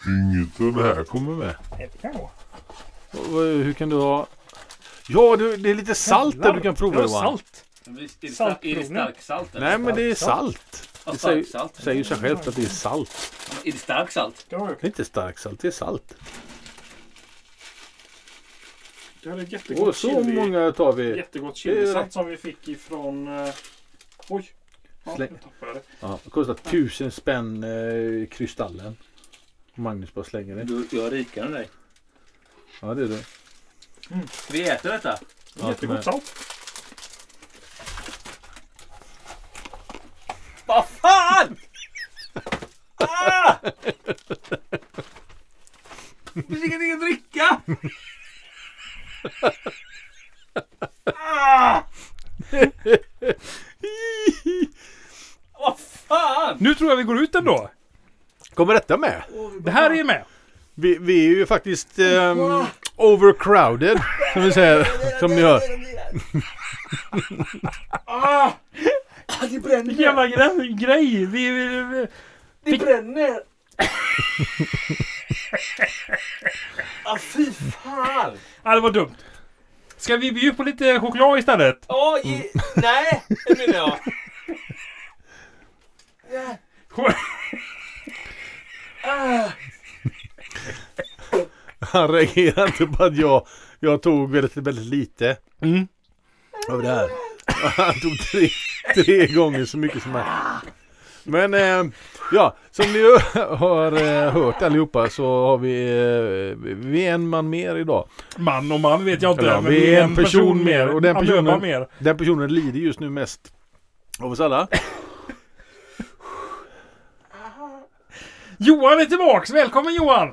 Inget av det här kommer med. Det kan gå. Hur kan du ha... Ja, det är lite salt där du kan prova, det Johan. Salt. Är det stark salt? Eller? Nej, men det är salt. Ja, Det stark salt. säger ju sig självt att det är salt. Är det stark salt? Det var Det är inte stark salt, det är salt. det hade jättegott Så chili. många tar vi. Jättegott chilisalt som vi fick ifrån... Oj. Ja, Släng. nu tappade jag det. Ja, det kostar 1000 spänn kristallen. Magnus bara slänger det. Jag är rikare än dig. Ja, det är det. Vi äter detta. Ja, Jättegott salt. Vad fan! Ah! Vi fick inget dricka! Ah! Vad fan! Nu tror jag vi går ut ändå. Kommer detta med? Det här är med. Vi är ju faktiskt overcrowded, som vi säger, som ni hör. Ah! Det bränner! Jävla grej. Det bränner! Ah, fy fan! Ja, det var dumt. Ska vi bjuda på lite choklad istället? Nej, det menar jag. Han reagerar inte på att jag tog väldigt lite av det här. Han tog tre gånger så mycket som här. Men ja, som ni har hört allihopa så har vi är en man mer idag. Man och man vet jag inte. Ja, men vi är en person mer. Och mer. den personen lider just nu mest av oss alla. Johan är tillbaks. Välkommen Johan.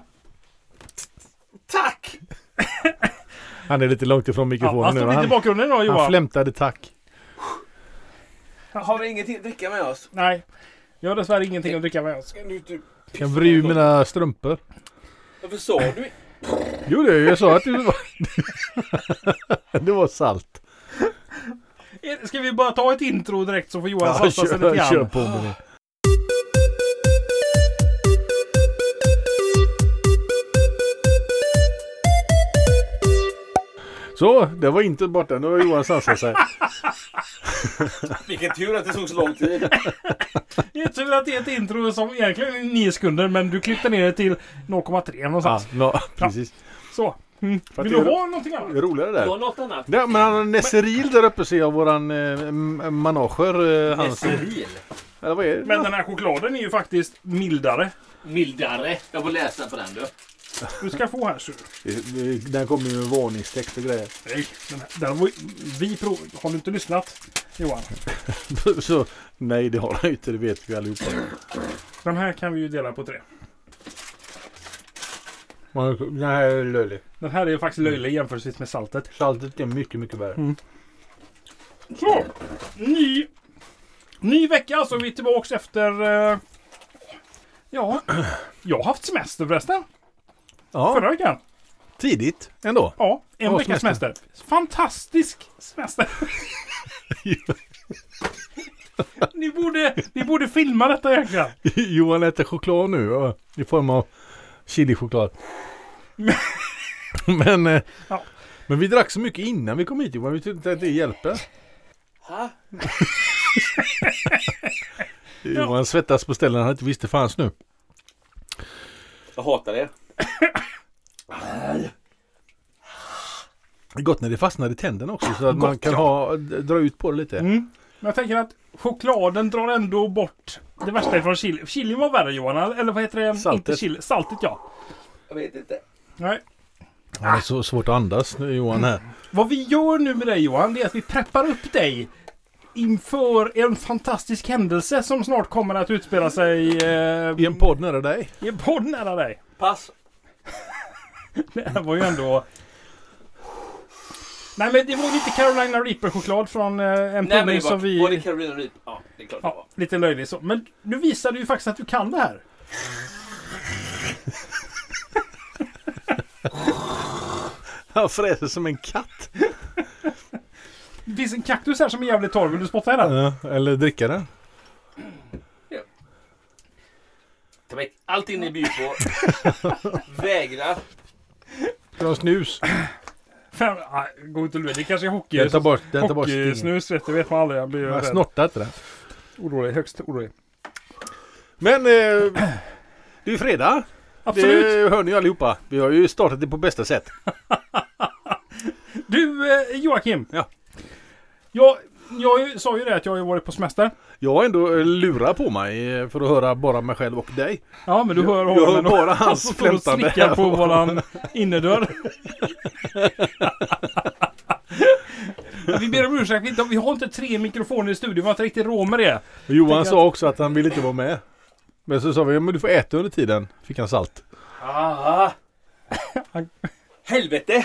Tack! Han är lite långt ifrån mikrofonen Han står nu. lite i bakgrunden då Johan. Han flämtade tack. Har vi ingenting att dricka med oss? Nej. Jag har dessvärre ingenting att dricka med oss. Jag bryr mina strumpor. Varför sa du? Jo, jag sa att det var det var salt. Ska vi bara ta ett intro direkt så får Johan salta sig lite kör grann. på med det. Så, det var inte borta. Nu har Johan sansat sig. Vilken tur att det tog så lång tid. Det är tur att det är ett intro som egentligen är 9 sekunder men du klippte ner det till 0,3 någonstans. Ja, precis. Så. Vill att du det är ha någonting annat? Det är roligare där. Var något annat? Ja, men han har Nesseril där uppe ser jag, våran manager. Nesseril? Eller vad är det? Men den här chokladen är ju faktiskt mildare. Mildare. Jag får läsa på den du. Du ska få här så. Den kommer ju med varningstext och grejer. Nej, har du inte lyssnat Johan? Så, nej, det har jag inte, det vet vi allihopa. Den här kan vi ju dela på 3. Den här är löjlig. Den här är ju faktiskt löjlig jämfört med saltet. Saltet är mycket, mycket värre. Så, ny vecka så vi är tillbaka efter... ja, jag har haft semester förresten. Ja, Förra veckan. tidigt ändå. Ja, en Ja, veckas semester. Fantastisk semester. ni borde filma detta egentligen. Johan äter choklad nu i form av chilichoklad. Men vi drack så mycket innan vi kom hit, Johan. Vi tyckte att det hjälper. Ha? Johan svettas på ställen han inte visste fanns nu. Jag hatar det. Det är gott när det fastnar i tänderna också så att man kan dra ut på det lite. Men jag tänker att chokladen drar ändå bort det värsta ifrån chili. Chili var värre Johan, eller vad heter det? Saltet. Inte chili. Saltet ja. Jag vet inte. Nej. Det är så svårt att andas nu Johan här. Vad vi gör nu med dig Johan, det är att vi preppar upp dig inför en fantastisk händelse som snart kommer att utspela sig I en podd nära dig. I en podd nära dig. Pass. Det här var ju ändå... Nej men det var lite Carolina Reaper-choklad från en pudding som vi... Var det Carolina Reaper? Ja, det är klart det var. Ja, lite löjligt så. Men nu visar du ju faktiskt att du kan det här. Han fräser som en katt. Det finns en kaktus här som är jävligt torr. Vill du spotta i den? Ja, eller dricka den. Ta väck allt inne i by på. Vägrar. Dra snus. Gå inte och lura. Det kanske är hockey. Den tar bort stingen. Hockeysnus, vet du, vet man aldrig. Jag blir ju Jag rädd. snortar inte det. Orolig, högst orolig. Men det är ju fredag. Absolut. Det hör ni allihopa. Vi har ju startat det på bästa sätt. Du, Joakim. Ja. Jag sa ju det att jag har varit på semester. Jag har ändå lurar på mig för att höra bara mig själv och dig. Ja, men du hör Jag hör honom. bara hans Han står och flämtande slickar här. på våran innerdörr. Vi ber om ursäkt. Vi har inte 3 mikrofoner i studion. Vi har inte riktigt råd med det. Johan sa också att han ville inte vara med. Men så sa vi, men du får äta under tiden. Fick han salt. Ah. Helvete!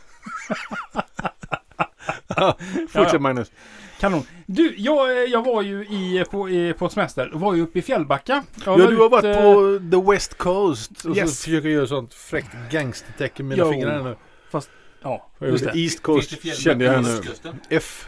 Fortsätt Ja. Magnus. Kanon. Du, jag var ju på semester. Var ju uppe i Fjällbacka. Ja, du har varit på the West Coast. Och Yes. så försöker jag göra sånt fräckt gangstertecken med mina Jo. fingrar här nu. Ja, just det. East Coast kände jag här nu. Västkusten? F.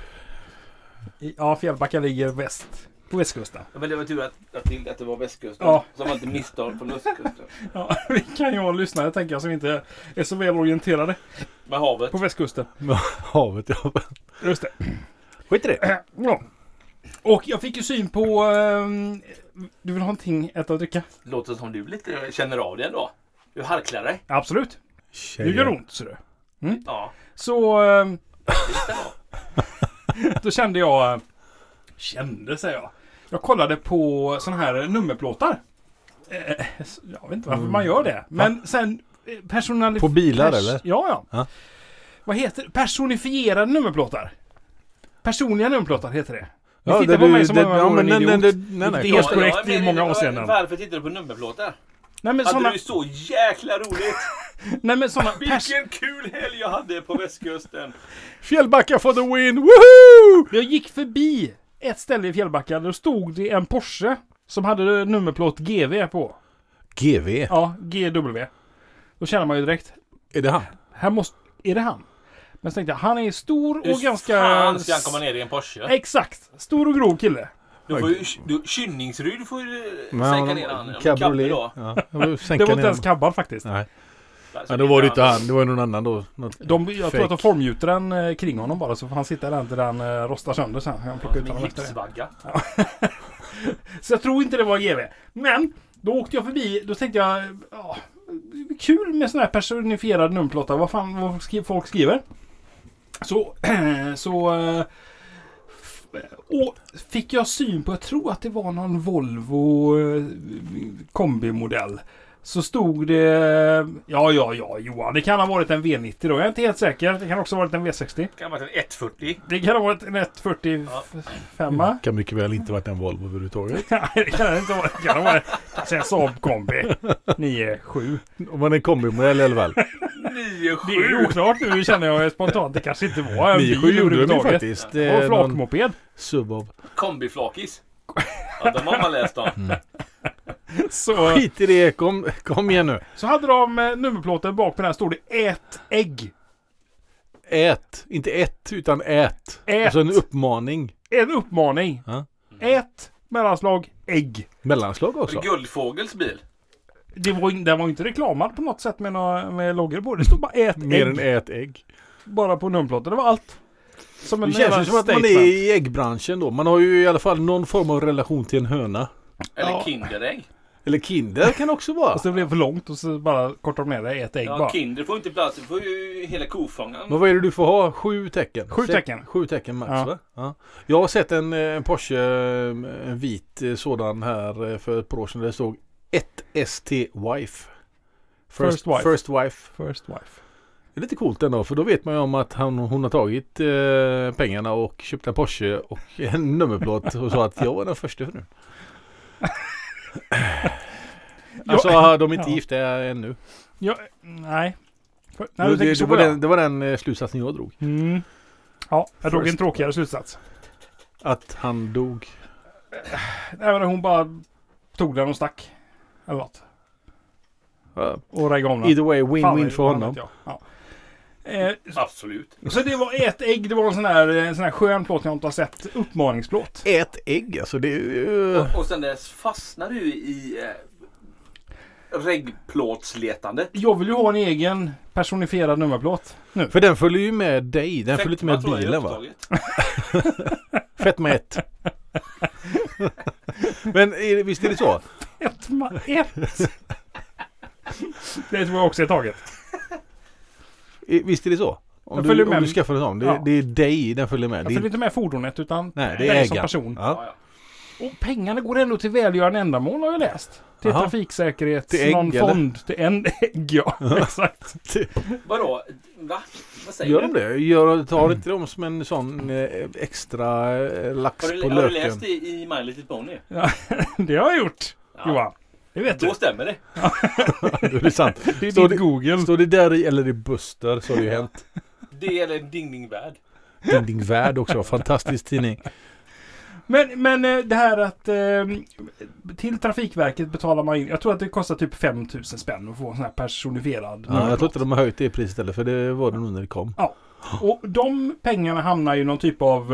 Ja, Fjällbacka ligger på västkusten. Ja, men det var tur att det var västkusten. Ja. Som var inte misstag från östkusten. Ja, vi kan ju ha lyssnare, tänker jag, som inte är så väl orienterade Med havet. på västkusten. Havet, ja. Just det. Skit i det. Ja. Och jag fick ju syn på... du vill ha någonting äta och dricka? Låter som du lite känner av det ändå. Du harklar dig. Absolut. Nu gör det ont, ser du. Ja, Så visst det var. då kände jag... säger jag. Jag kollade på såna här nummerplåtar. Jag vet inte varför man gör det. Men sen... På bilar, eller? Ja. Ja. Vad heter det? Personifierade nummerplåtar. Personliga nummerplåtar heter det. Ni Ja, tittar det på du- mig som det- om jag ja, vore en men idiot. nej, Det är klart. helt korrekt Ja, i många avseenden. Varför tittar du på nummerplåtar? Nej men Hade såna... du så jäkla roligt? Nej men såna... Vilken kul helg jag hade på västkusten. Fjällbacka for the win! Woohoo! Jag gick förbi ett ställe i Fjällbacka. Där stod det en Porsche som hade nummerplåt GV på. GV. Ja, GW. Då känner man ju direkt. Är det han? Är det han? Men så tänkte jag, han är stor och Hur ganska... fan ska han komma ner i en Porsche? Exakt. Stor och grov kille. Du får ju, Kynningsryd får ju Men sänka ner han. Cabriolet. Då. Ja, jag vill Det sänka var inte ner ens kabbad faktiskt. Nej. Så Ja, då var det inte han. Det var någon annan då. Jag tror att de formgjuter den kring honom bara, så får han sitta där inte den rostar sönder sen. Han plockar ut Som honom en efter det. gipsvagga. Så jag tror inte det var GV. Men då åkte jag förbi, då tänkte jag, ja, kul med sådana här personifierade nummerplåtar. Vad folk skriver. Och fick jag syn på, jag tror att det var någon Volvo kombimodell. Så stod det, ja Johan, det kan ha varit en V90 då. Jag är inte helt säker. Det kan också ha varit en V60. Kan vara en 140. Det kan ha varit en 145. Kan mycket väl inte varit en Volvo överhuvudtaget. Nej, det kan det inte vara. Det kan ha varit kanske en Saab kombi 9-7. Om man är en kombimodell i alla fall. 9-7. Det är ju oklart nu, känner jag spontant. Det kanske inte var en bil 9-7 gjorde de ju överhuvudtaget. faktiskt. Det Det är var någon flakmoped. sub av. Kombiflakis. Ja, de har man läst om. Så, Skit i det, kom igen nu. så hade de nummerplåten bak på den här, stod det ät ägg. Ät. Inte ett, utan ät. Ät. Alltså en uppmaning. En uppmaning. Ja. Ät mellanslag ägg. Mellanslag också. Guldfågels bil. Den var inte reklamad på något sätt med loggor på. Det stod bara ät Mer ägg. än ät ägg. Bara på nummerplåten. Det var allt. Som en Det känns jävla ju som att man är statement. i äggbranschen då. Man har ju i alla fall någon form av relation till en höna. Eller Ja. Kinderägg. Eller Kinder kan också vara. Och så blev det för långt och så bara kortar de ner det. Ät ägg Ja, bara. Kinder får inte plats. Du får ju hela kofångaren. Men vad är det du får ha? 7 tecken? 7 tecken. 7 tecken max, Ja. va? Ja. Jag har sett en Porsche, en vit sådan här för ett par år sedan. Där det stod 1ST Wife. First wife. First wife. First wife. Det är lite coolt ändå, för då vet man ju om att hon har tagit pengarna och köpt en Porsche och en nummerplåt och sa att jag var den första för nu. Alltså de är inte gifta ännu. Ja, nej. Nej, du tänker Det så var på det var den slutsatsen jag drog. Mm. Ja, jag drog en First tråkigare slutsats. Att han dog. Även hon bara tog den och stack. Eller något. Ja. Och reggade om den. Either way, Fan, win-win det för var honom. annat, ja. Absolut. Så det var ett ägg. Det var en sån här skön plåt jag inte har sett. Uppmaningsplåt. Ät ägg, alltså det är ju... Och sen dess fastnar du i reggplåtsletande. Jag vill ju ha en egen personifierad nummerplåt nu. För den följer ju med dig. Den följer inte med Fetma, tror jag, är bilen, va? upptaget. Fetma 1. Men visst är det så? Fetma 1. Det tror jag också är taget. Visst är det så? Om Den följer om med. du skaffar en sån. Ja. Det är dig den följer med. Jag Det är följer inte med fordonet utan Nej, det är dig som ägaren. person. Ja. Ja. Och pengarna går ändå till välgörande ändamål har jag läst. Till Aha. trafiksäkerhet, Till ägg, någon eller? fond, till en ägg, ja. Exakt. Vadå? Va? Vad säger Gör du? de det? Tar inte de som en sån extra lax på Har du löken? läst det i My Little Pony? Det har jag gjort, Ja. Johan. Det vet du. Då stämmer det. Det är sant. Det är Står ditt Google. Står det där i eller i Buster så har det ju hänt. Det eller Ding Värld. Ding Värld också. Fantastisk tidning. Men det här att till Trafikverket betalar man in, jag tror att det kostar typ 5 000 spänn att få en sån här personifierad. Ja, jag tror inte de har höjt det priset heller, för det var det nog när det kom. Och de pengarna hamnar ju i någon typ av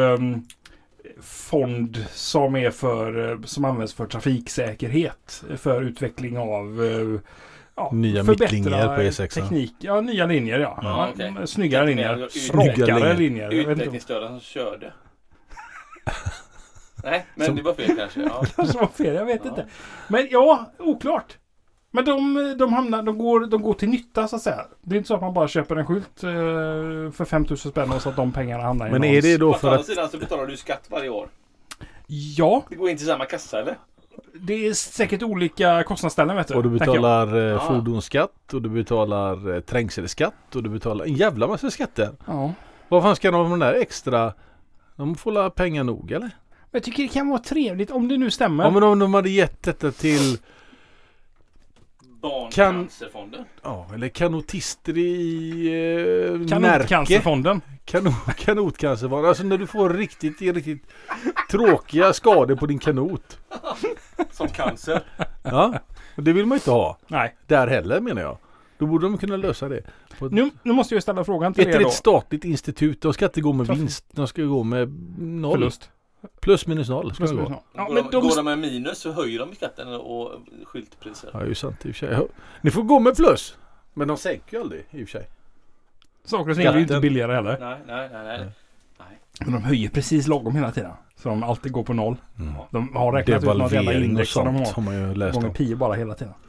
fond som är som används för trafiksäkerhet. För utveckling av Nya förbättra mittlinjer på E6. teknik. Ja, nya linjer, ja. Ja, okej. Snyggare linjer. Snygga Rakare linjer. linjer. Jag vet inte om Utvecklingsstörda som körde. Nej, men det var fel kanske. Ja. det var fel, jag vet Ja. inte. Men ja, oklart. Men de går till nytta så att säga. Det är inte så att man bara köper en skylt för 5 000 spänn och så att de pengarna hamnar i Men någons. är det då Fast å för andra att... sidan så betalar du skatt varje år. Ja, Det går in till samma kassa eller? det är säkert olika kostnadsställen vet du. Och du tänker jag. betalar Ja. fordonsskatt och du betalar trängselskatt och du betalar en jävla massa skatter. Ja. Vad fan ska de med den där extra... De får la pengar nog, eller? Men jag tycker det kan vara trevligt om det nu stämmer. Ja, men om de hade gett detta till... Barncancerfonden. Ja, eller kanotister i Närke. Kanotcancerfonden. Kanotcancerfonden. Alltså när du får riktigt tråkiga skador på din kanot. Som cancer. Ja, och det vill man inte ha. Nej. Där heller, menar jag. Då borde de kunna lösa det. Nu måste jag ställa frågan till Ett er då. statligt institut. De ska inte gå med Trafik. vinst. De ska gå med noll. Förlust. Plus minus noll ska Plus de gå. minus noll. Ja, Går, men går de med minus så höjer de skatten och skyltpriser. Ja, ju sant i och för sig. Ni får gå med plus. Men de sänker ju aldrig i och för sig. saker och ting blir ju inte Skatten. billigare heller. Nej. Men de höjer precis lagom hela tiden. Så de alltid går på noll. Mm. De har räknat ut något jävla Devalvering och index som de sånt har. har man ju läst Gånger om. pi bara hela tiden.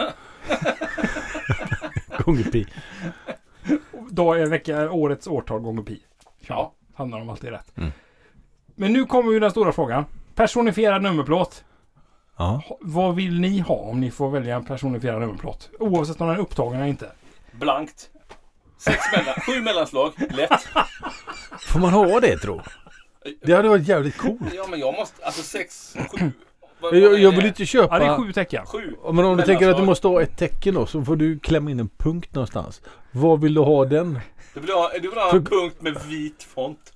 Gånger pi. Dag är vecka, årets årtal gånger pi. Ja. Handlar de alltid rätt. Mm. Men nu kommer ju den stora frågan. Personifierad nummerplåt. Ja. Vad vill ni ha om ni får välja en personifierad nummerplåt? Oavsett om den är upptagen eller inte. Blankt. 7 mellanslag. Lätt. Får man ha det, tro? Det hade varit jävligt coolt. Ja, men jag måste... Alltså 6, 7... Jag vill inte köpa... Ja, det är 7 tecken. 7. Men om du tänker att du mellanslag. måste ha ett tecken då, så får du klämma in en punkt någonstans. Vad vill du ha den? Du vill ha en punkt med vit font.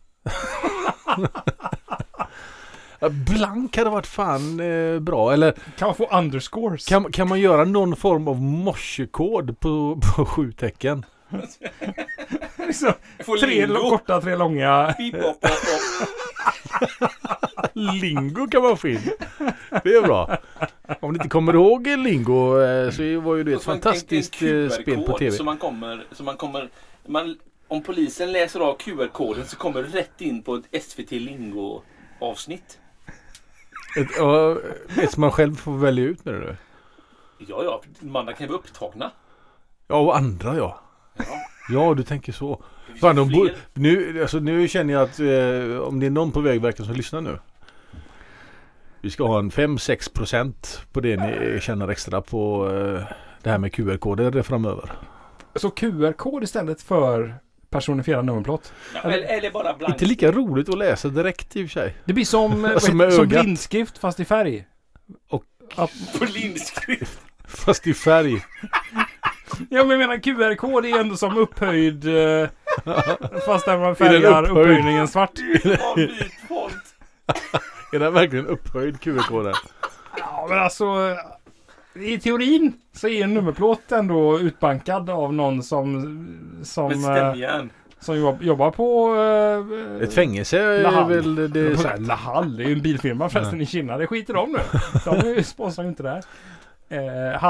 Ja, blank hade varit fan bra. Eller Kan man få underscores? kan man göra någon form av morsekod på 7 tecken? Liksom, Jag får 3 lingo. korta, 3 långa. Pip, pop, pop, Lingo kan man få in. Det är bra. Om ni inte kommer ihåg Lingo så var ju det ett Och så fantastiskt en spel på tv. Så man kommer om polisen läser av QR-koden så kommer det rätt in på ett SVT Lingo-avsnitt. Ett som man själv får välja ut med det nu. Ja, de andra kan ju vara upptagna. Ja, och andra ja. Ja. Ja, du tänker så. Det finns Fan, ju fler. nu känner jag att om det är någon på Vägverket som lyssnar nu. Vi ska ha en 5-6% på det ni tjänar extra på det här med QR-koder framöver. Så QR-kod istället för personifierad nummerplåt. Ja, eller bara blankt. Inte lika roligt att läsa direkt i och för sig. Det blir som, Alltså med som ögat. blindskrift fast i färg. Och på linskrift. fast i färg. Ja, men jag menar QR-kod är ändå som upphöjd fast där man den färgar upphöjd? upphöjningen svart. Av vit font. Är det verkligen upphöjd QR-koden? Ja, men alltså i teorin så är en nummerplåt ändå utbankad av någon som Med stämjärn. som jobbar på Ett fängelse är Lahall. väl det sagt. Lahall, det är ju en bilfirma förresten i Kina. Det skiter de nu. De sponsrar ju inte det här. Hall.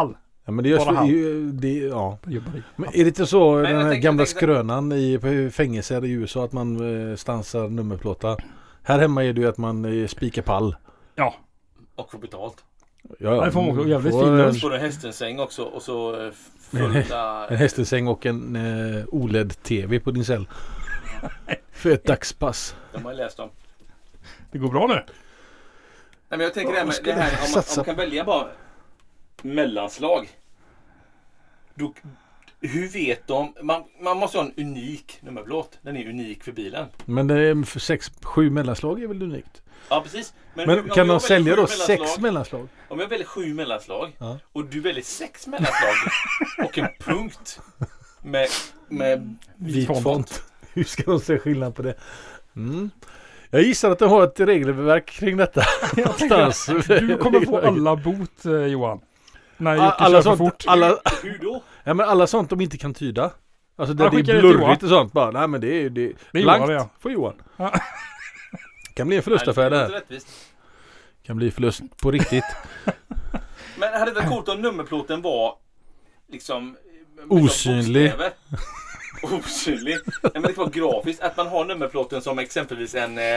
Ja, men det görs Bara han. ja. Jobbar i. Men är det inte så Men den jag här tänker- gamla jag tänker- skrönan i fängelser i USA att man stansar nummerplåtar? Här hemma är det ju att man spikar pall. Ja, Och får betalt. Ja, det får man också jävligt får fin en, lunch. Får en hästensäng också och så fulla... en hästensäng och en OLED-TV på din cell. För ett dagspass. De har jag läst om. Det går bra nu. Nej, men jag tänker det här med Ska det här, om satsa- man kan välja bara mellanslag. Då, hur vet de? Man måste ha en unik nummerplåt. Den är unik för bilen. Men det är för 6-7 mellanslag är väl unikt. Ja, precis. Men om kan jag de väljer sälja 7 då 6 mellanslag? Om jag väljer 7 mellanslag Ja. och du väljer 6 mellanslag och en punkt med Vit font. font. Hur ska de se skillnad på det? Jag gissar att de har ett regelverk kring detta. Jag tänker, du kommer få alla bot, Johan. När Jocke alla kör för sånt, fort. hur då? ja, men alla sånt de inte kan tyda. Alltså där Jag det är skickar det till blurrigt och sånt. Bara, nej men det är Det är blankt Johan, ja. för Johan. Ja. Kan bli en förlustaffär det Nej, här. låter rättvist. Kan bli förlust på riktigt. Men hade det varit coolt om nummerplåten var liksom med Osynlig. bokstäver? Osynlig. Nej, men det var grafiskt. Att man har nummerplåten som exempelvis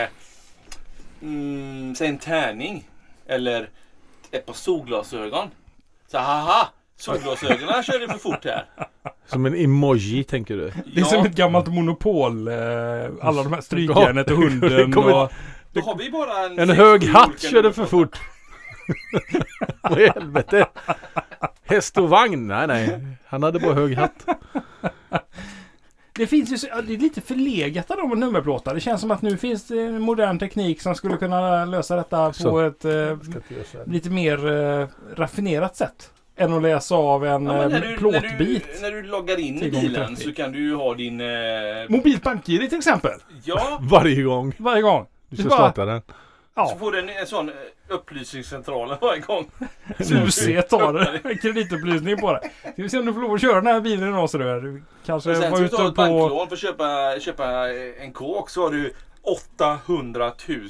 säg en tärning. Eller ett par solglasögon. Så haha, solglasögonen körde för fort här. Som en emoji tänker du. Det är som ett gammalt monopol. Alla de här strykjärnet och hunden. kommer- Och, Då har vi bara En 6-7 hög hatt olika körde för nummerplåtar. fort. Vad i helvete? Häst och vagn? Nej. Han hade bara hög hatt. det finns ju det är lite förlegat av de nummerplåtar. Det känns som att nu finns det modern teknik som skulle kunna lösa detta på Så. ett lite mer raffinerat sätt. Än att läsa av en Ja, men när plåtbit. när du loggar in i 10 gånger bilen 30. så kan du ju ha din... Mobilt bank-id till exempel. ja, Varje gång Varje gång. du Det ska bara- starta den. så Ja, får du en sån upplysningscentral varje gång. UC tar en kreditupplysning på det. Ska vi se om du får lov att köra den här bilen idag så du kanske Och sen var ska du ta ute ett på... banklån för att köpa en kåk så har du 800 000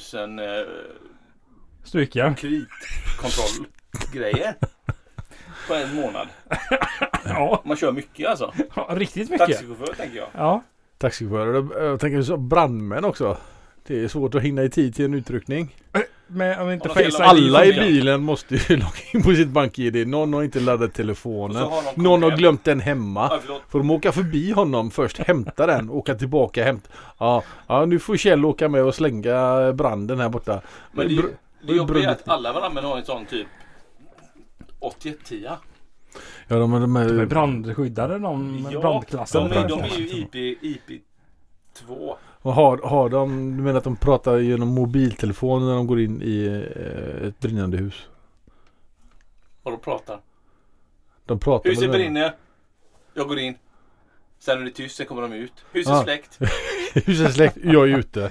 Stryka. kreditkontrollgrejer på en månad. Ja, Man kör mycket alltså. ja, riktigt mycket. Taxichaufför tänker jag. Ja. Taxichaufförer, jag tänker så brandmän också. Det är svårt att hinna i tid till en utryckning. Men om inte Och de Face spelar- ID Alla i funkar. bilen måste ju logga in på sitt bank-id. Någon har inte laddat Och så telefonen. har de Någon har kommit. glömt den hemma. Ja, förlåt. Får de åka förbi honom först, hämta den, åka tillbaka, hämta. Ja, nu får Kjell åka med och slänga branden här borta. Men det Br- jobbiga är brunnet. att alla brandmän har en sån typ 8110. Ja, de De är är brandskyddade, de brandklassen. de är ju IP2. och har de, du menar att de pratar genom mobiltelefon när de går in i ett brinnande hus? Och de pratar. De pratar Huset med varandra. brinner. Jag går in. Sen är det tyst, sen kommer de ut. Huset Ja. släckt. Huset är släckt, jag är ute.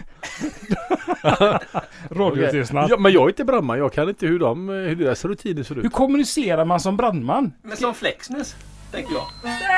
Radiotystnad. Ja, men jag är inte brandman, jag kan inte hur deras rutiner ser Hur ut. kommunicerar man som brandman? Men som Flexness, tänker jag.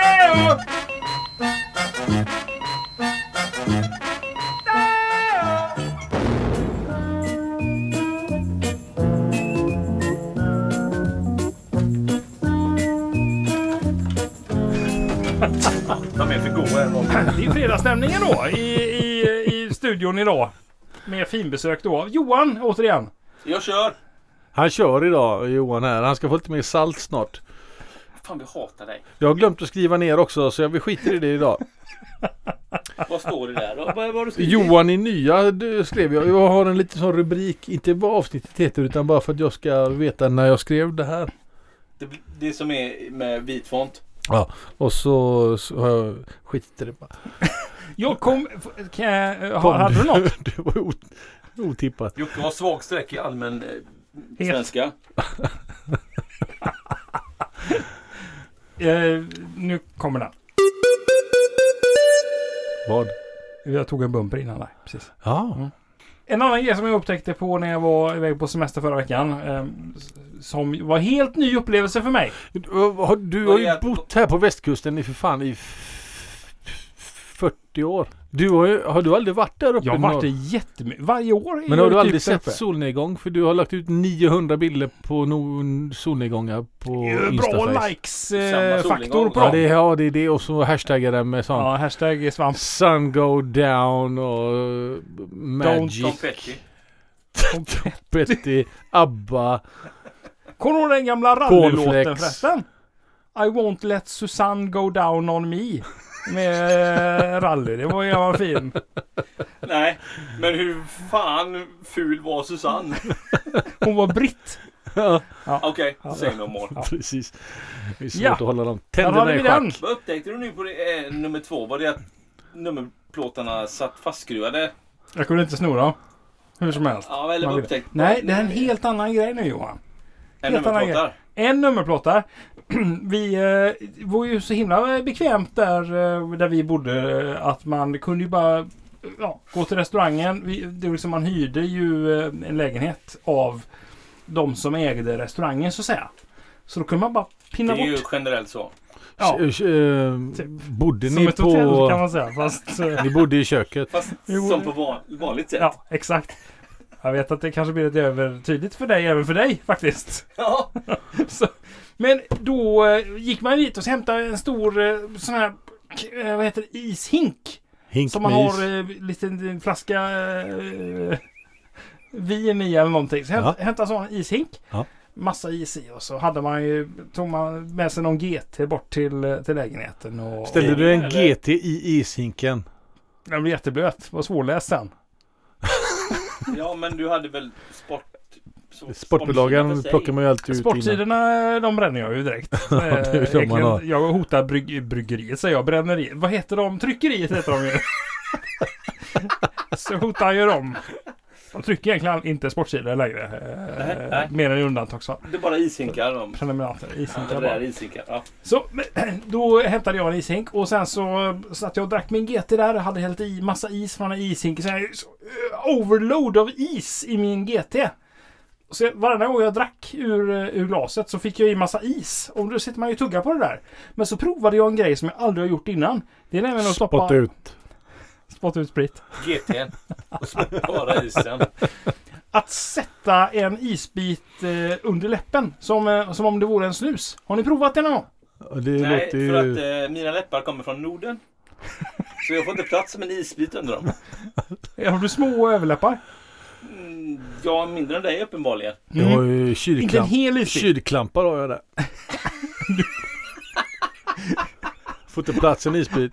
De är för goda än vad. Det är fredagsstämningen då i studion idag. Med finbesök då. Johan, återigen. Jag kör. Han kör idag, Johan här. Han ska få lite mer salt snart. Fan, vi hatar dig. Jag har glömt att skriva ner också, så vi skiter i det idag. Vad står det där då? Vad har du skrivit? Johan i nya skrev jag. Jag har en liten sån rubrik, inte vad avsnittet heter utan bara för att jag ska veta när jag skrev det här. Det som är med vit font. Ja, och så har jag skitit i det bara. Jag kom... Hade du något? Det var otippat. Jocke har svag streck i allmän svenska. Nu kommer den. Vad? Jag tog en bumper innan där. Precis. Ja. En annan grej som jag upptäckte på när jag var iväg på semester förra veckan. Som var helt ny upplevelse för mig. Du har ju bott här på västkusten i för fan i 40 år. Har du aldrig varit där uppe? Jag har varit där jättemycket. Varje år. Men har du aldrig typ sett uppe. solnedgång? För du har lagt ut 900 bilder på solnedgångar på Bra Instastories. likes-faktor på Ja, dem. det är det. Och så hashtaggar det med sånt. Ja, hashtag svamp. Sun go down och Magic. Konfetti. Petty, ABBA. Kommer du ihåg den gamla rallylåten Cornflakes. förresten? I won't let Susanne go down on me. Med rally. Det var ju jävla fin. Nej, men hur fan ful var Susanne? Hon var britt. Ja, Okej, säg no more. precis. Det är svårt Ja. att hålla dem Där tänderna hade i vi den. schack. Vad upptäckte du nu på nummer 2? Var det att nummerplåtarna satt fastskruvade? Jag kunde inte snora. Hur som helst. Ja, eller vad upptäckte du? Nej, det är en helt annan grej nu, Johan. En helt annan nummerplåtar? En nummerplåtar. Vi var ju så himla bekvämt där vi bodde att man kunde ju bara gå till restaurangen. Det var liksom, man hyrde ju en lägenhet av de som ägde restaurangen så att säga. Så då kunde man bara pinna Det är ju bort. generellt så. Ja, Bodde som ni ett hotell kan på... man säga. Fast, Ni bodde i köket. Fast Jo, som på vanligt sätt. ja, exakt. Jag vet att det kanske blir lite övertydligt för dig, även för dig faktiskt. Ja. Så, men då gick man dit och hämtade en stor sån här, vad heter det, ishink. Hink Som man med is. har en liten flaska vin i eller någonting. Så hämtade en sån ishink. Ja. Massa is i och så tog man med sig någon GT bort till lägenheten. Och, Ställde du en Eller? GT i ishinken? Den blev jätteblöt. Var svårläst sen. Ja, men du hade väl Sportbolagen sponsor plockar man ju alltid ut innan. Sportsidorna, de bränner jag ju direkt. det är de man har. Jag hotar bryggeriet, säger jag. Bränneriet. Vad heter de? Tryckeriet heter de ju. Så hotar ju dem. De trycker egentligen inte sportsidor längre. Nej. Mer än i undantagsfall. Det är bara ishinkar. De. Prenumeranter. Ja, Ishinkar det bara. är ishinkar. Ja. Så då hämtade jag en ishink och sen så att jag drack min GT där. Jag hade hällt i massa is från en ishink. Så overload av is i min GT. Så varje gång jag drack ur glaset så fick jag i massa is. Och då sitter man ju och tuggar på det där. Men så provade jag en grej som jag aldrig har gjort innan. Det är nämligen att spotta ut sprit. GT'n. Och spara isen. Att sätta en isbit under läppen som om det vore en snus. Har ni provat det någon gång? Det Nej, låter ju... för att mina läppar kommer från Norden. Så jag får inte plats som en isbit under dem. Har du små överläppar? Ja, mindre än dig uppenbarligen. Jag har ju Inte en hel isbit. kylklampar har jag där. Får inte plats en isbit.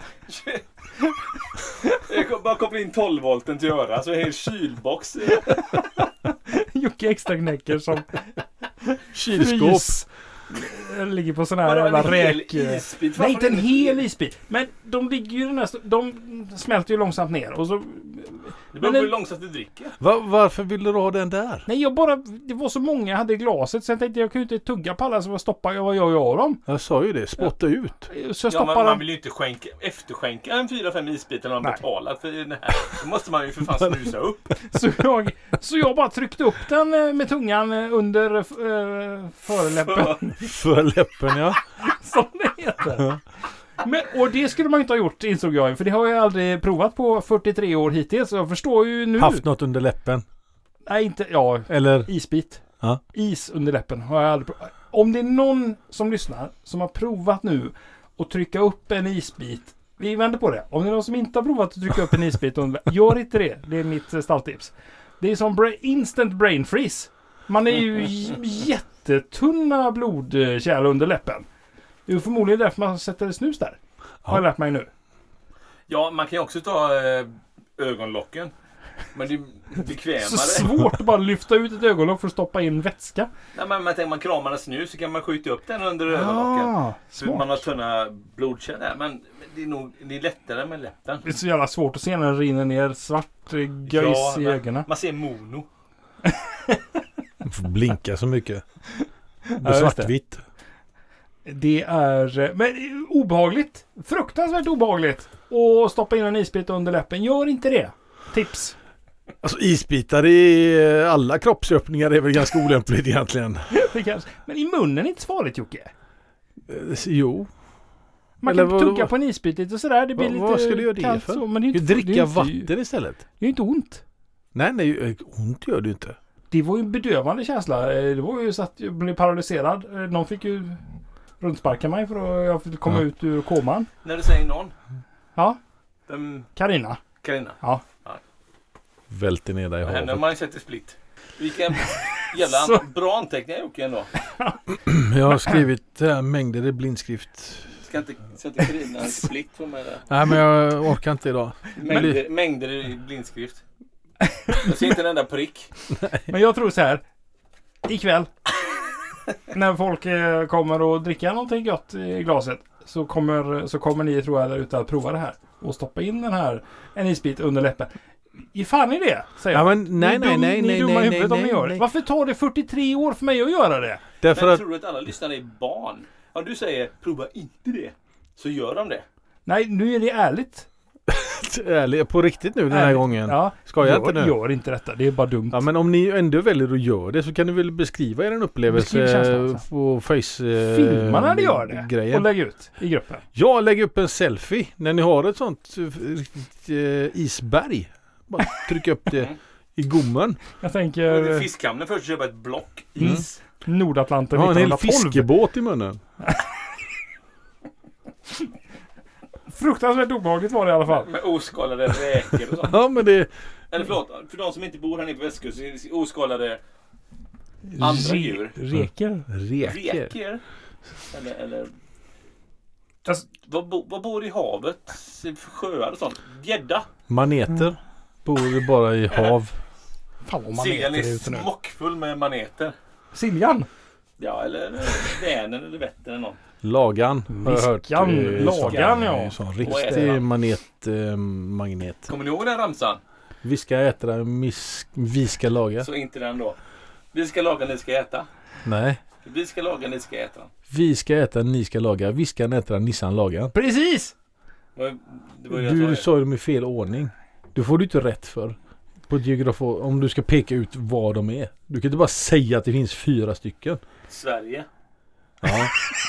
Jag bara koppla in 12-volten till öra. Så är det en kylbox. Jocke extra knäcker som Kylskåp. frys. Ligger på sån här Vadå, jävla en hel räk... isbit? Nej, inte en Varför hel isbit. Men de ligger ju de smälter ju långsamt ner. Och så... Det beror på hur långsamt du dricker. Varför vill du ha den där? Nej, det var så många jag hade i glaset. Så jag tänkte jag kan ju inte tugga på alla. Så vad gör jag dem? Jag sa ju det, spotta ut. Så jag Ja, stoppar man dem. vill ju inte efterskänka en 4-5 isbitar när man Nej. betalat för den här. Då måste man ju för fan snusa upp. Så jag bara tryckte upp den med tungan under förläppen. För läppen, ja. Som det heter. Och det skulle man inte ha gjort, insåg jag. För det har jag aldrig provat på 43 år hittills. Så jag förstår ju nu. Haft något under läppen. Nej, inte... Ja, Eller? isbit. Ja. Is under läppen har jag aldrig provat. Om det är någon som lyssnar som har provat nu att trycka upp en isbit. Vi vänder på det. Om det är någon som inte har provat att trycka upp en isbit under läppen. Gör inte det. Det är mitt stalltips. Det är som instant brain freeze. Man är ju jättetunna blodkärl under läppen. Det är förmodligen därför man sätter snus där. Har jag lärt mig nu. Ja, man kan ju också ta ögonlocken. Men det är bekvämare. Så svårt att bara lyfta ut ett ögonlock för att stoppa in vätska. Nej, men man tänker man kramar en snus så kan man skjuta upp den under ögonlocken. För man har tunna blodkärl där. Men det är lättare med läppen. Det är så jävla svårt att se när det rinner ner svart göjs i ögonen. Man ser mono. Man får blinka så mycket. Ja, Svartvitt. Det är men obehagligt. Fruktansvärt obehagligt. Och stoppa in en isbit under läppen. Gör inte det. Tips. Alltså isbitar i alla kroppsöppningar är väl ganska olämpligt egentligen. Men i munnen är inte så farligt, Jocke. Jo. Man Eller kan vad- tugga på en isbit lite sådär. Det blir lite Vad ska du göra det kallt för? så, men det är Du inte, dricka det är inte, vatten istället. Det är inte ont. Nej, ont gör du inte. Det var ju en bedövande känsla. Det var ju så att jag blev paralyserad. Någon fick ju runtsparka mig för att jag fick komma ut ur koman. När du säger någon. Ja, Vem? Carina. Carina. Välter ner dig i Vad händer om havet. man sätter split? Vilka Så. jävla bra anteckningar Jocke ändå. Jag har skrivit mängder i blindskrift. Ska inte Carina en split för mig där? Nej, men jag orkar inte idag. Mängder i blindskrift. Jag ser inte en enda prick. Men jag tror så här. Ikväll. När folk kommer och dricka någonting gott i glaset. Så kommer ni, tror jag, där ute att prova det här. Och stoppa in en isbit under läppen. Ge fan i det, säger Ja, jag. men nej. Ni är dumma i huvudet om ni gör det. Varför tar det 43 år för mig att göra det? Därför Men att tror du att alla lyssnare är barn? Om du säger prova inte det. Så gör de det. Nej, nu är det ärligt. ärligt, på riktigt nu den här Ärligt. gången. Ja, Ska jag inte nu? Gör inte detta. Det är bara dumt. Ja, men om ni ändå väljer att göra det så kan ni väl beskriva er upplevelse Beskriv känslan, alltså. på face Filma när ni gör det. grejen. Och lägg ut i gruppen. Jag lägger upp en selfie när ni har ett sånt riktigt isberg. Bara trycka upp det i gommen. Jag Då är det tänker fiskhamnen först köpa ett block is. Nordatlanten Jag har en hel 1912. fiskebåt i munnen. Fruktansvärt obehagligt var det i alla fall. Med oskalade räkor och sånt. Ja, men det... Eller förlåt, för de som inte bor här nere på västkusten. Oskalade andra djur. Reker. Reker. Räkor. Eller Alltså, vad bor i havet? Sjöar och sånt. Gädda. Maneter bor ju bara i hav. fan vad man Siljan äter är ute nu. smockfull med maneter. Siljan. Ja, eller Vänern eller Vättern eller någon. Lagan har jag hört. Viskan. Lagan, ja. Sån Och riktig äta. magnet. Kommer ni ihåg den ramsan? Vi ska äta, vi ska laga. Så inte den då. Vi ska laga, ni ska äta. Nej. Vi ska laga, ni ska äta. Vi ska äta, ni ska laga. Vi ska äta, Nissan laga. Precis! Det var ju det Du jag sa. sa dem i fel ordning. Du får du inte rätt för. På ett geograf, om du ska peka ut vad de är. Du kan inte bara säga att det finns 4 stycken. Sverige. Ja.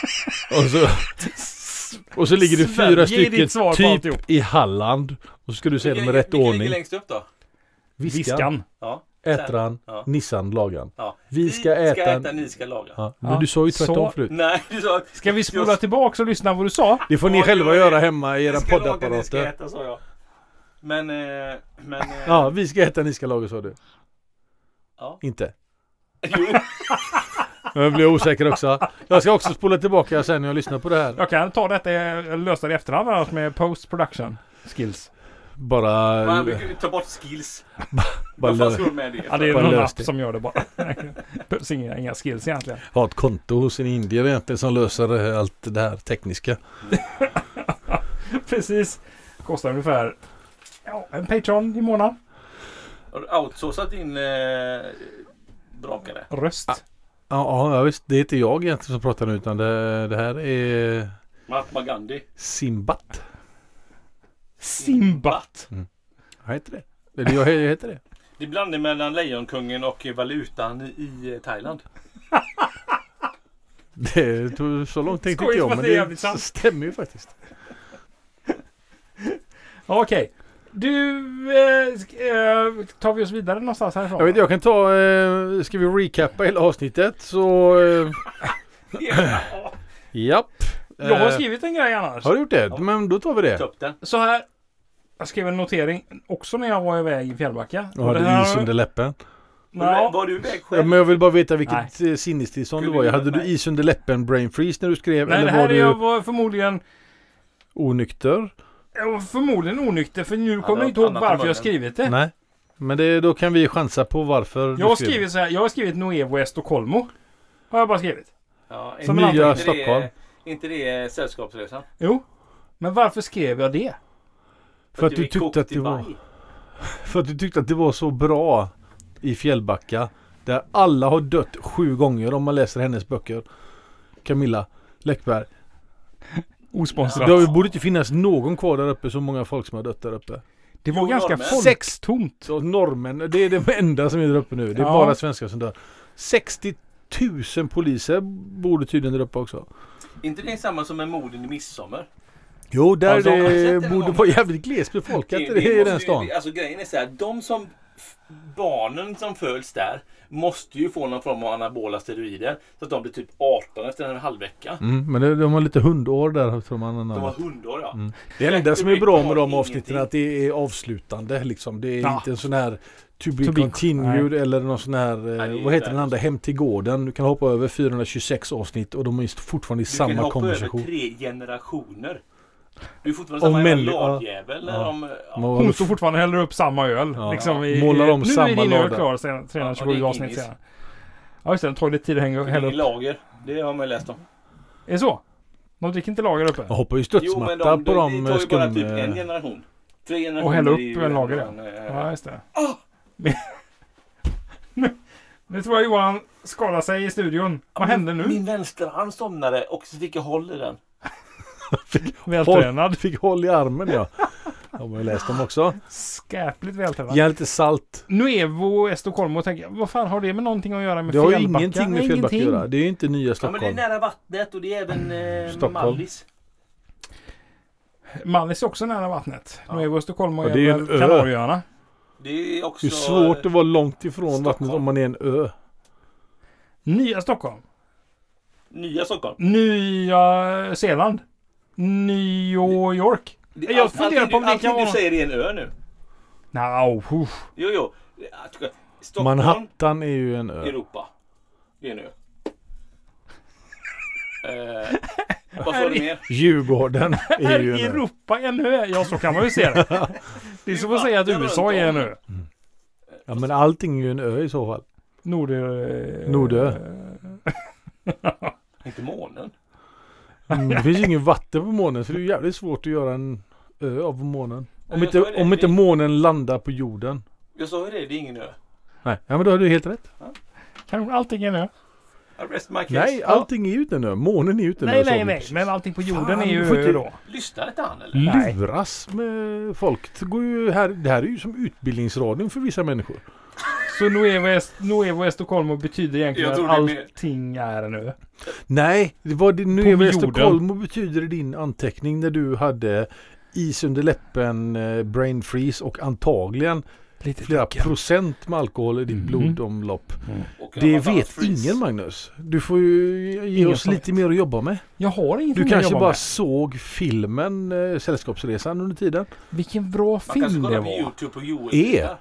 och så ligger det 4 Sverige är stycken ditt svar på typ alltihop. i Halland. Och så ska du säga dem i rätt Vilken ordning. ligger längst upp då? Viskan. Ja. Ätran, Ja. Nissan lagan. Ja. Vi ska äta, ni ska laga. Ja, men Ja, du sa ju tvärtom så- förut. Nej, du sa... Ska vi spola tillbaka och lyssna vad du sa? Det får ni Ja, själva det var göra det. hemma i era Ni ska laga, ni ska poddapparater. äta, sa jag. Men... Ja, vi ska äta, ni ska laga, sa du. Ja. Inte. Jo. Jag blir osäker också. Jag ska också spola tillbaka sen när jag lyssnar på det här. Jag kan ta detta, lösa det i efterhand annars med post-production skills. Bara... Man brukar ta bort skills. bara Vad fan ska du med det? Ja, det är Bara någon lös app det. som gör det bara. Behövs inga skills egentligen. ha ett konto hos en indier egentligen som löser allt det här tekniska. Precis. Kostar ungefär en Patreon i månaden. Har du outsourcat din brakare? Röst. Ja, visst. Det är inte jag egentligen som pratar nu utan det här är Mahatma Gandhi. Simbat. Simbat. Vad heter det? Eller jag heter det. Det är blandning mellan Lejonkungen och valutan i Thailand. Det tog så långt tänkte Skoj, inte jag, fast men det är jävligt det sant. stämmer ju faktiskt. Okej. Du, tar vi oss vidare någonstans härifrån? Jag kan ta, ska vi recappa hela avsnittet så... Japp. Jag har skrivit en grej annars. Har du gjort det? Men då tar vi det. Ta upp den. Så här. Jag skrev en notering också när jag var iväg i Fjällbacka. Jag hade is under läppen. Ja, Var du iväg Ja, själv? men jag vill bara veta vilket sinnestillstånd det Skulle var. du Hade med du mig? is under läppen, brain freeze när du skrev? nej, det eller här var är du var förmodligen... onykter? Jag var förmodligen onykter för nu kommer jag något inte ihåg annat i varför jag munnen. skrivit det. Nej. Men då kan vi chansa på varför Jag har skrev. skrivit så här. Jag har skrivit Nuevo Estocolmo. Har jag bara skrivit. Ja, Som nya en annan- Stockholm. Inte det sällskapsresan? Jo. Men varför skrev jag det? För att du tyckte att det var... För att du tyckte att det var så bra i Fjällbacka. Där alla har dött 7 gånger om man läser hennes böcker. Camilla Läckberg. Osponsrat. Det borde inte finnas någon kvar där uppe, så många folk som har dött där uppe. Det var Jo, ganska normen. folktomt. Så normen, det är det enda som är där uppe nu. Det är Ja. bara svenskar som dör. 60 000 poliser borde tydligen där uppe också. Inte det samma som med morden i midsommar? Jo, där Alltså, det borde vara jävligt glest befolkat i den stan. Alltså grejen är så här, barnen som föds där måste ju få någon form av anabola steroider så att de blir typ 18 efter en halvvecka. Men de har lite hundår där tror man. De har hundår, ja. Det enda som är bra med de ingenting. avsnitten är att det är avslutande liksom. Det är Ja. inte en sån här to be To be- continued eller någon sån här det är vad heter där. den andra, Hem till gården. Du kan hoppa över 426 avsnitt och de är fortfarande i Du kan samma hoppa konversation. över 3 generationer. Du är fortfarande Om samma män- ladjävel. ja. Om, ja. Hon står fortfarande häller upp samma öl. Ja. Liksom Målar om nu samma är din öl lada. klar sen 327 Ja, avsnitt Guinness. senare. Ja just det, den tar lite tid att Det är hälla ingen upp. lager. Det har man ju läst om. Är det så? De dricker inte lager uppe? Jag hoppar ju Jo, men studsmatta på de det tar ju bara skum... typ en generation. 3 generationer. Och hälla upp är ju en lager, Ja just det. Nu tror jag Johan skadar sig i studion. Vad hände nu? Min vänsterarm somnade och så fick jag håll i den. Vältränad. Fick håll i armen, ja. De har ju läst dem också. Skäpligt vältränad. Ge lite salt. Nuevo Estocolmo tänker jag, vad fan har det med någonting att göra med Det har ju Fjällbacka? ingenting med Fjällbacka att göra. Det är ju inte nya Ja, men det Stockholm. är nära vattnet och det är även Stockholm. Mallis. Mallis är också nära vattnet. Ja. Nuevo Estocolmo Ja, är det är ju väl en ö. Kanarieöarna. Det är också... Det är svårt att vara långt ifrån Stockholm. vattnet om man är en ö. Nya Stockholm. Nya Stockholm. Nya Zeeland. New York. Jag funderar på om det allting kan vara... du säger är en ö nu. Jo. Stockholm, Manhattan är ju en ö. Europa. Det är en ö. Vad sa du mer? Djurgården är Är ju en ö. Europa en ö? Ja, så kan man ju se det. Det är som att säga att USA är en ö. Ja, men allting är ju en ö i så fall. Nordö. Inte månen. Det finns ju ingen vatten på månen, så det är jävligt svårt att göra en ö av månen. Om inte månen landar på jorden. Jag sa ju det, det är ingen ö. Nej, ja, men då har du helt rätt. Kan allting är en ö? I rest my case. Nej, allting är ju inte en ö. Månen är ju inte en ö. sa vi Nej. precis. Men allting på jorden Fan, är ju du får ö inte- då. Lyssnar inte han eller? Nej. Luras med folk. Det går ju här, det här är ju som utbildningsradion för vissa människor. Så Nuevo Estocolmo betyder egentligen Jag att tror det är mer- allting är en ö. Nej, det var det nu På i jorden. Stockholm betyder det din anteckning när du hade is under läppen, brain freeze och antagligen Lite flera drucken. procent med alkohol i ditt Mhm. blodomlopp. Och Det annat vet freeze. ingen, Magnus. Du får ju ge Ingen oss som lite vet. mer att jobba med. Jag har ingenting Du att kanske jobba bara med. såg filmen Sällskapsresan under tiden. Vilken bra Man kanske film det kollar på var. YouTube på Joel. Är.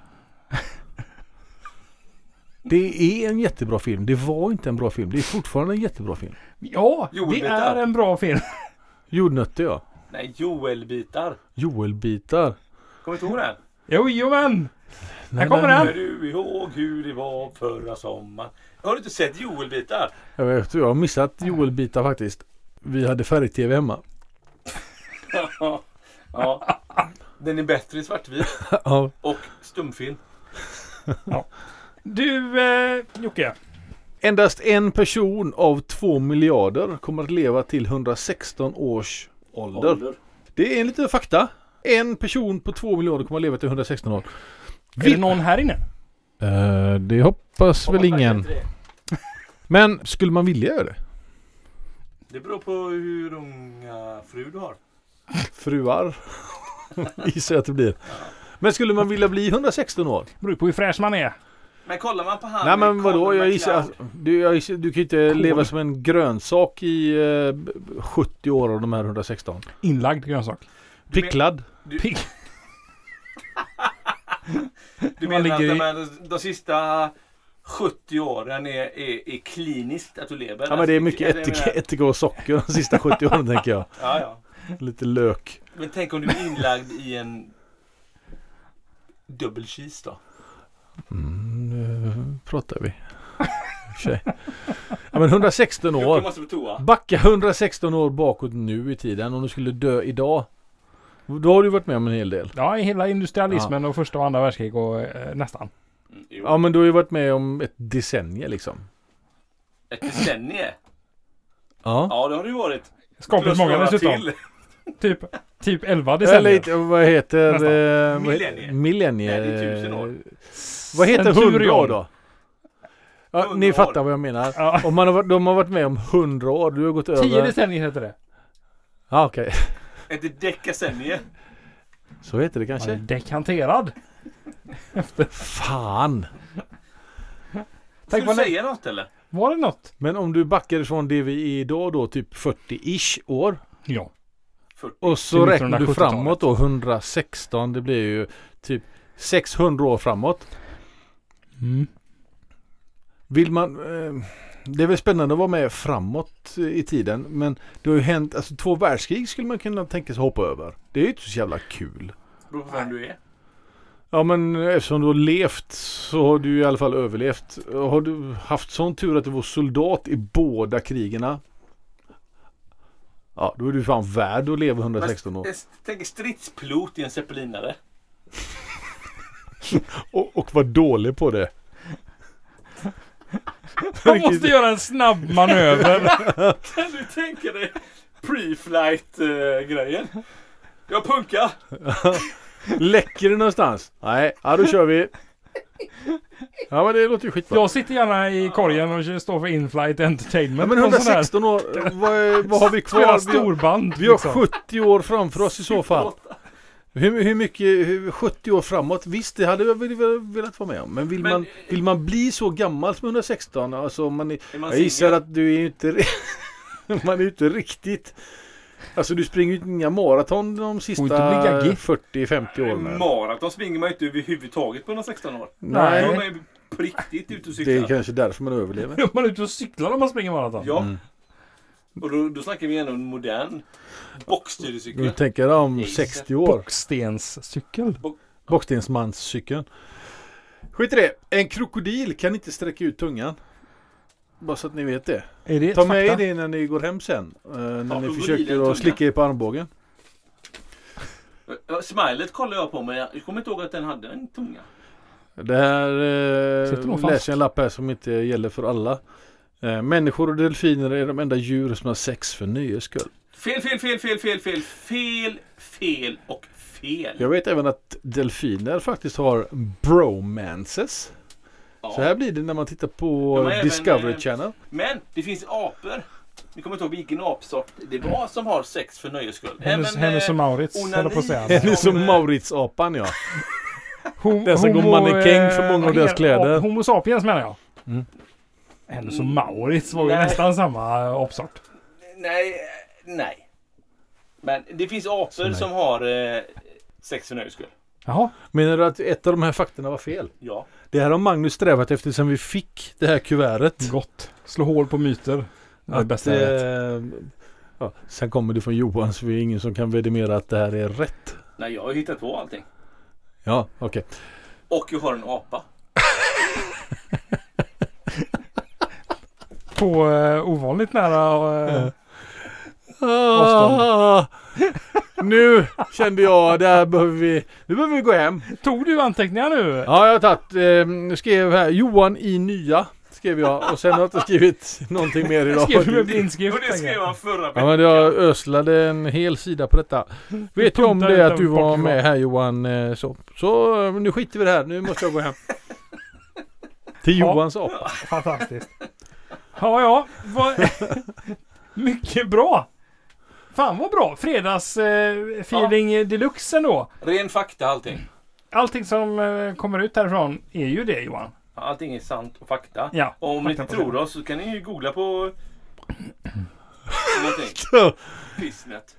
Det är en jättebra film. Det var inte en bra film. Det är fortfarande en jättebra film. Ja, det Jordbitar. är en bra film. Jordnötter, ja. Nej, Joel-bitar. Joelbitar. Kommer du inte ihåg den? Jo men. Nej, kommer nej, den. Kommer du ihåg hur det var förra sommaren? Har du inte sett Joel-bitar? Jag har missat Joelbitar faktiskt. Vi hade färg-tv hemma. Ja. Den är bättre i svartvit. Ja. Och stumfilm. Du Jocke. Endast en person av 2 miljarder kommer att leva till 116 års ålder. Det är en liten fakta. En person på 2 miljarder kommer att leva till 116 år. Är det någon här inne? Det hoppas väl ingen. Men skulle man vilja göra det? Det beror på hur unga fru du har. Fruar. Gissar jag att det blir. Men skulle man vilja bli 116 år? Beror på hur fräsch man är. Men kollar man på han. Nej men vadå? Colin Jag gissar, McLeod. du kan ju inte leva som en grönsak i 70 år av de här 116. Inlagd grönsak. Picklad. Pigg. Du Man menar ligger att de sista 70 åren är kliniskt att du lever? Ja men det är mycket Alltså, jag menar- ättika och socker de sista 70 åren tänker jag. Ja. Lite lök. Men tänk om du är inlagd i en dubbel cheese då? Nu pratar vi. Tjej. Ja men 116 Jag år. måste på toa. Backa 116 år bakåt nu i tiden. Om du skulle dö idag. Då har du varit med om en hel del. Ja, i hela industrialismen och första och andra världskrig och nästan. Jo. Ja men du har ju varit med om ett decennium liksom. Ett decennium. Ja. Ja det har det ju varit. Skapligt Plus många några dessutom. till. Typ 11 Eller decennier. lite, vad heter Nästan. Millennier. millennier. Nej, det är 1000 år. Vad heter 100 Centurion. år då? Ja, 100 ni år. fattar vad jag menar. Ja. Om de har varit med om 100 år, du har gått 10 över. decennier heter det. Ja okej. Ett decennier. Så heter det Han är kanske. dekanterad. Fan. Ska Tänk du vad säga något eller? Var det något? Men om du backar ifrån det vi är idag då, typ 40-ish år. Ja. 40. Och så Till räknar du 1970-talet. framåt då, 116, det blir ju typ 600 år framåt. Mm. Vill man... det är väl spännande att vara med framåt i tiden, men det har ju hänt, alltså 2 världskrig skulle man kunna tänka sig hoppa över. Det är ju inte så jävla kul. Beror på vem du är. Ja, men eftersom du har levt så har du i alla fall överlevt. Har du haft sån tur att du var soldat i båda krigerna, ja, då är du fan värd att leva 116 år. Tänk stridspilot i en zeppelinare. Och var dålig på det. Man måste göra en snabb manöver. Kan du tänka dig pre-flight-grejen? Jag punkar. Läcker det någonstans? Nej, ja då kör vi. Ja, men det låter ju skitbra. Jag sitter gärna i korgen och står för in-flight entertainment. Ja, men och sån här. 116 år, vad har vi Spela kvar? storband. Vi har liksom. 70 år framför oss i så fall. Hur mycket, 70 år framåt? Visst, det hade jag velat vara med om. Men vill man bli så gammal som 116? Alltså jag gissar att du är ju inte... man är ju inte riktigt... Alltså du springer ju inga maraton de sista 40-50 åren. Maraton springer man ju inte överhuvudtaget på 16 år. Nej. Då är man ju på riktigt ute och Det är cyklar. kanske därför man överlever. Man är ute och cyklar när man springer maraton. Ja. Mm. Och då snackar vi ändå en modern bockstyrcykel. Du tänker om Jesus. 60 år. Bockstenscykel. Bockstensmanscykeln. Skit i det. En krokodil kan inte sträcka ut tungan. Bara så att ni vet det. Är det Ta med fakta? det när ni går hem sen. När ni krokodilen försöker tunga. att slicka er på armbågen. Smilet kollar jag på, men jag kommer inte ihåg att den hade en tunga. Det här Sitter nog fast. läser jag en lapp här som inte gäller för alla. Människor och delfiner är de enda djur som har sex för nöjes skull. Fel och fel. Jag vet även att delfiner faktiskt har bromances. Ja. Så här blir det när man tittar på De har även, Discovery Channel. Men det finns apor. Vi kommer inte ihåg vilken apsort det var som har sex för nöjes skull. Hennes och Maurits, onani. höll jag på att säga. Hennes som Maurits-apan, ja. Hom- Den som går mannekäng för många av deras kläder. Homo sapiens menar jag. Mm. Hennes och Maurits var ju Nej. nästan samma apsort. Nej. Men det finns apor som har sex för nöjes skull. Jaha. Menar du att ett av de här faktorna var fel? Ja. Det här har Magnus strävat efter sen vi fick det här kuvertet. Gott. Slå hål på myter. Det är det bästa jag vet. Ja, sen kommer det från Johan, så vi är ingen som kan vidimera att det här är rätt. Nej, jag har hittat på allting. Ja, okej. Och jag har en apa. På ovanligt nära... Nu kände jag, nu behöver vi gå hem. Tog du anteckningar nu? Ja, jag har tagit, skrev här, Johan i nya, skrev jag. Och sen har jag inte skrivit någonting mer idag. Skrev du med blindskrift? Och det skrev han förra Ja, veckan. men jag öslade en hel sida på detta. Vet du om punktade det ut att du en var bockgran. med här, Johan? Så nu skiter vi det här. Nu måste jag gå hem. Till Johans apa. Fantastiskt. Ja. Mycket bra. Fan vad bra. Fredagsfeeling deluxe ändå. Ren fakta allting. Allting som kommer ut härifrån är ju det, Johan. Allting är sant och fakta. Ja, Och om ni fakta inte på tror oss så kan ni ju googla på någonting. Pissnet.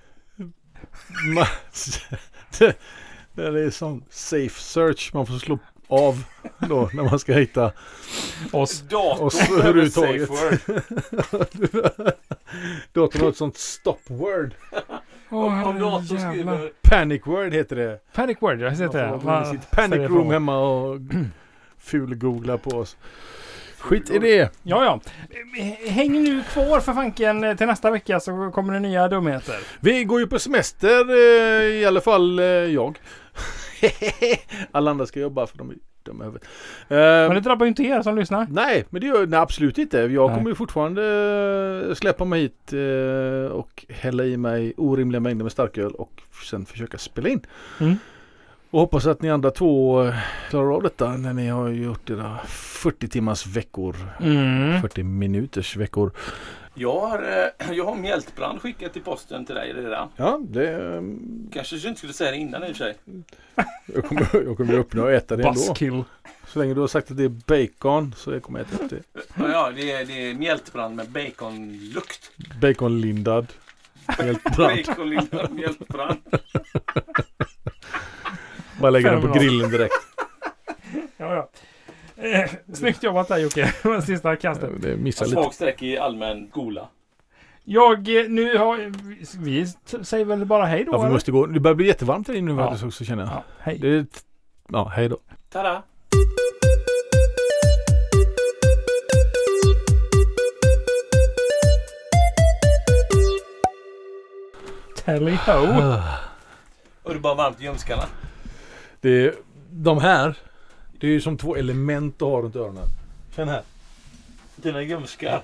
Det är sån safe search man får slå av då när man ska hitta oss. Datorn oss behöver överhuvudtaget. safe word. Datorn har ett sånt stop word. Om datorn skriver Panic word heter det. Panic word, jag Man heter får det. gå in i sitt panic room hemma och fulgoogla på oss. Skit i det. Ja. Häng nu kvar för fanken till nästa vecka så kommer det nya dumheter. Vi går ju på semester, i alla fall jag. Alla andra ska jobba för de är dumma i huvudet. Men det drabbar ju inte er som lyssnar. Nej, men det gör nej, absolut inte. Jag Nej. kommer ju fortfarande släppa mig hit och hälla i mig orimliga mängder med starköl och sen försöka spela in. Mm. Och hoppas att ni andra två klarar av detta när ni har gjort era 40 timmars veckor. 40 minuters veckor. Jag har mjältbrand skickat till posten till dig redan. Ja, det... Kanske du inte skulle säga det innan i och för sig. Jag kommer öppna och äta det ändå. Buskill. Så länge du har sagt att det är bacon så jag kommer äta upp det. Ja, det är mjältbrand med baconlukt. Baconlindad. Helt brand. Baconlindad mjältbrand. Bara lägga den på Fem grillen direkt. Ja. Snyggt jobbat där Jocke. Sista kastet. Det missar lite. Svag streck i allmän gola. Vi säger väl bara hej då? Ja, vi eller? måste gå. Det börjar bli jättevarmt här inne nu Ja. så känner jag. Ja, hej. Hej då. Tada! Tally ho. Och det är bara varmt i ljumskarna. De här, det är ju som två element att ha runt öronen. Känn här. Dina ljumskar.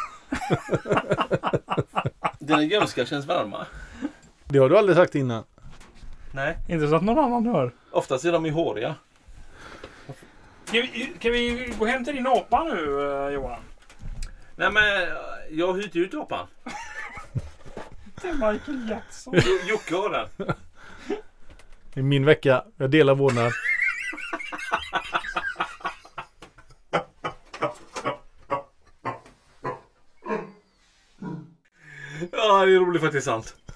Dina ljumskar känns varma. Det har du aldrig sagt innan. Nej. Inte så att någon annan hör. Oftast är de ju håriga. Kan vi gå hem till din apa nu, Johan? Nej men jag har hyrt ut apan. Till Michael Jackson. Jocke har den. I min vecka, jag delar vårdnad. Ja, det är roligt för att det är sant.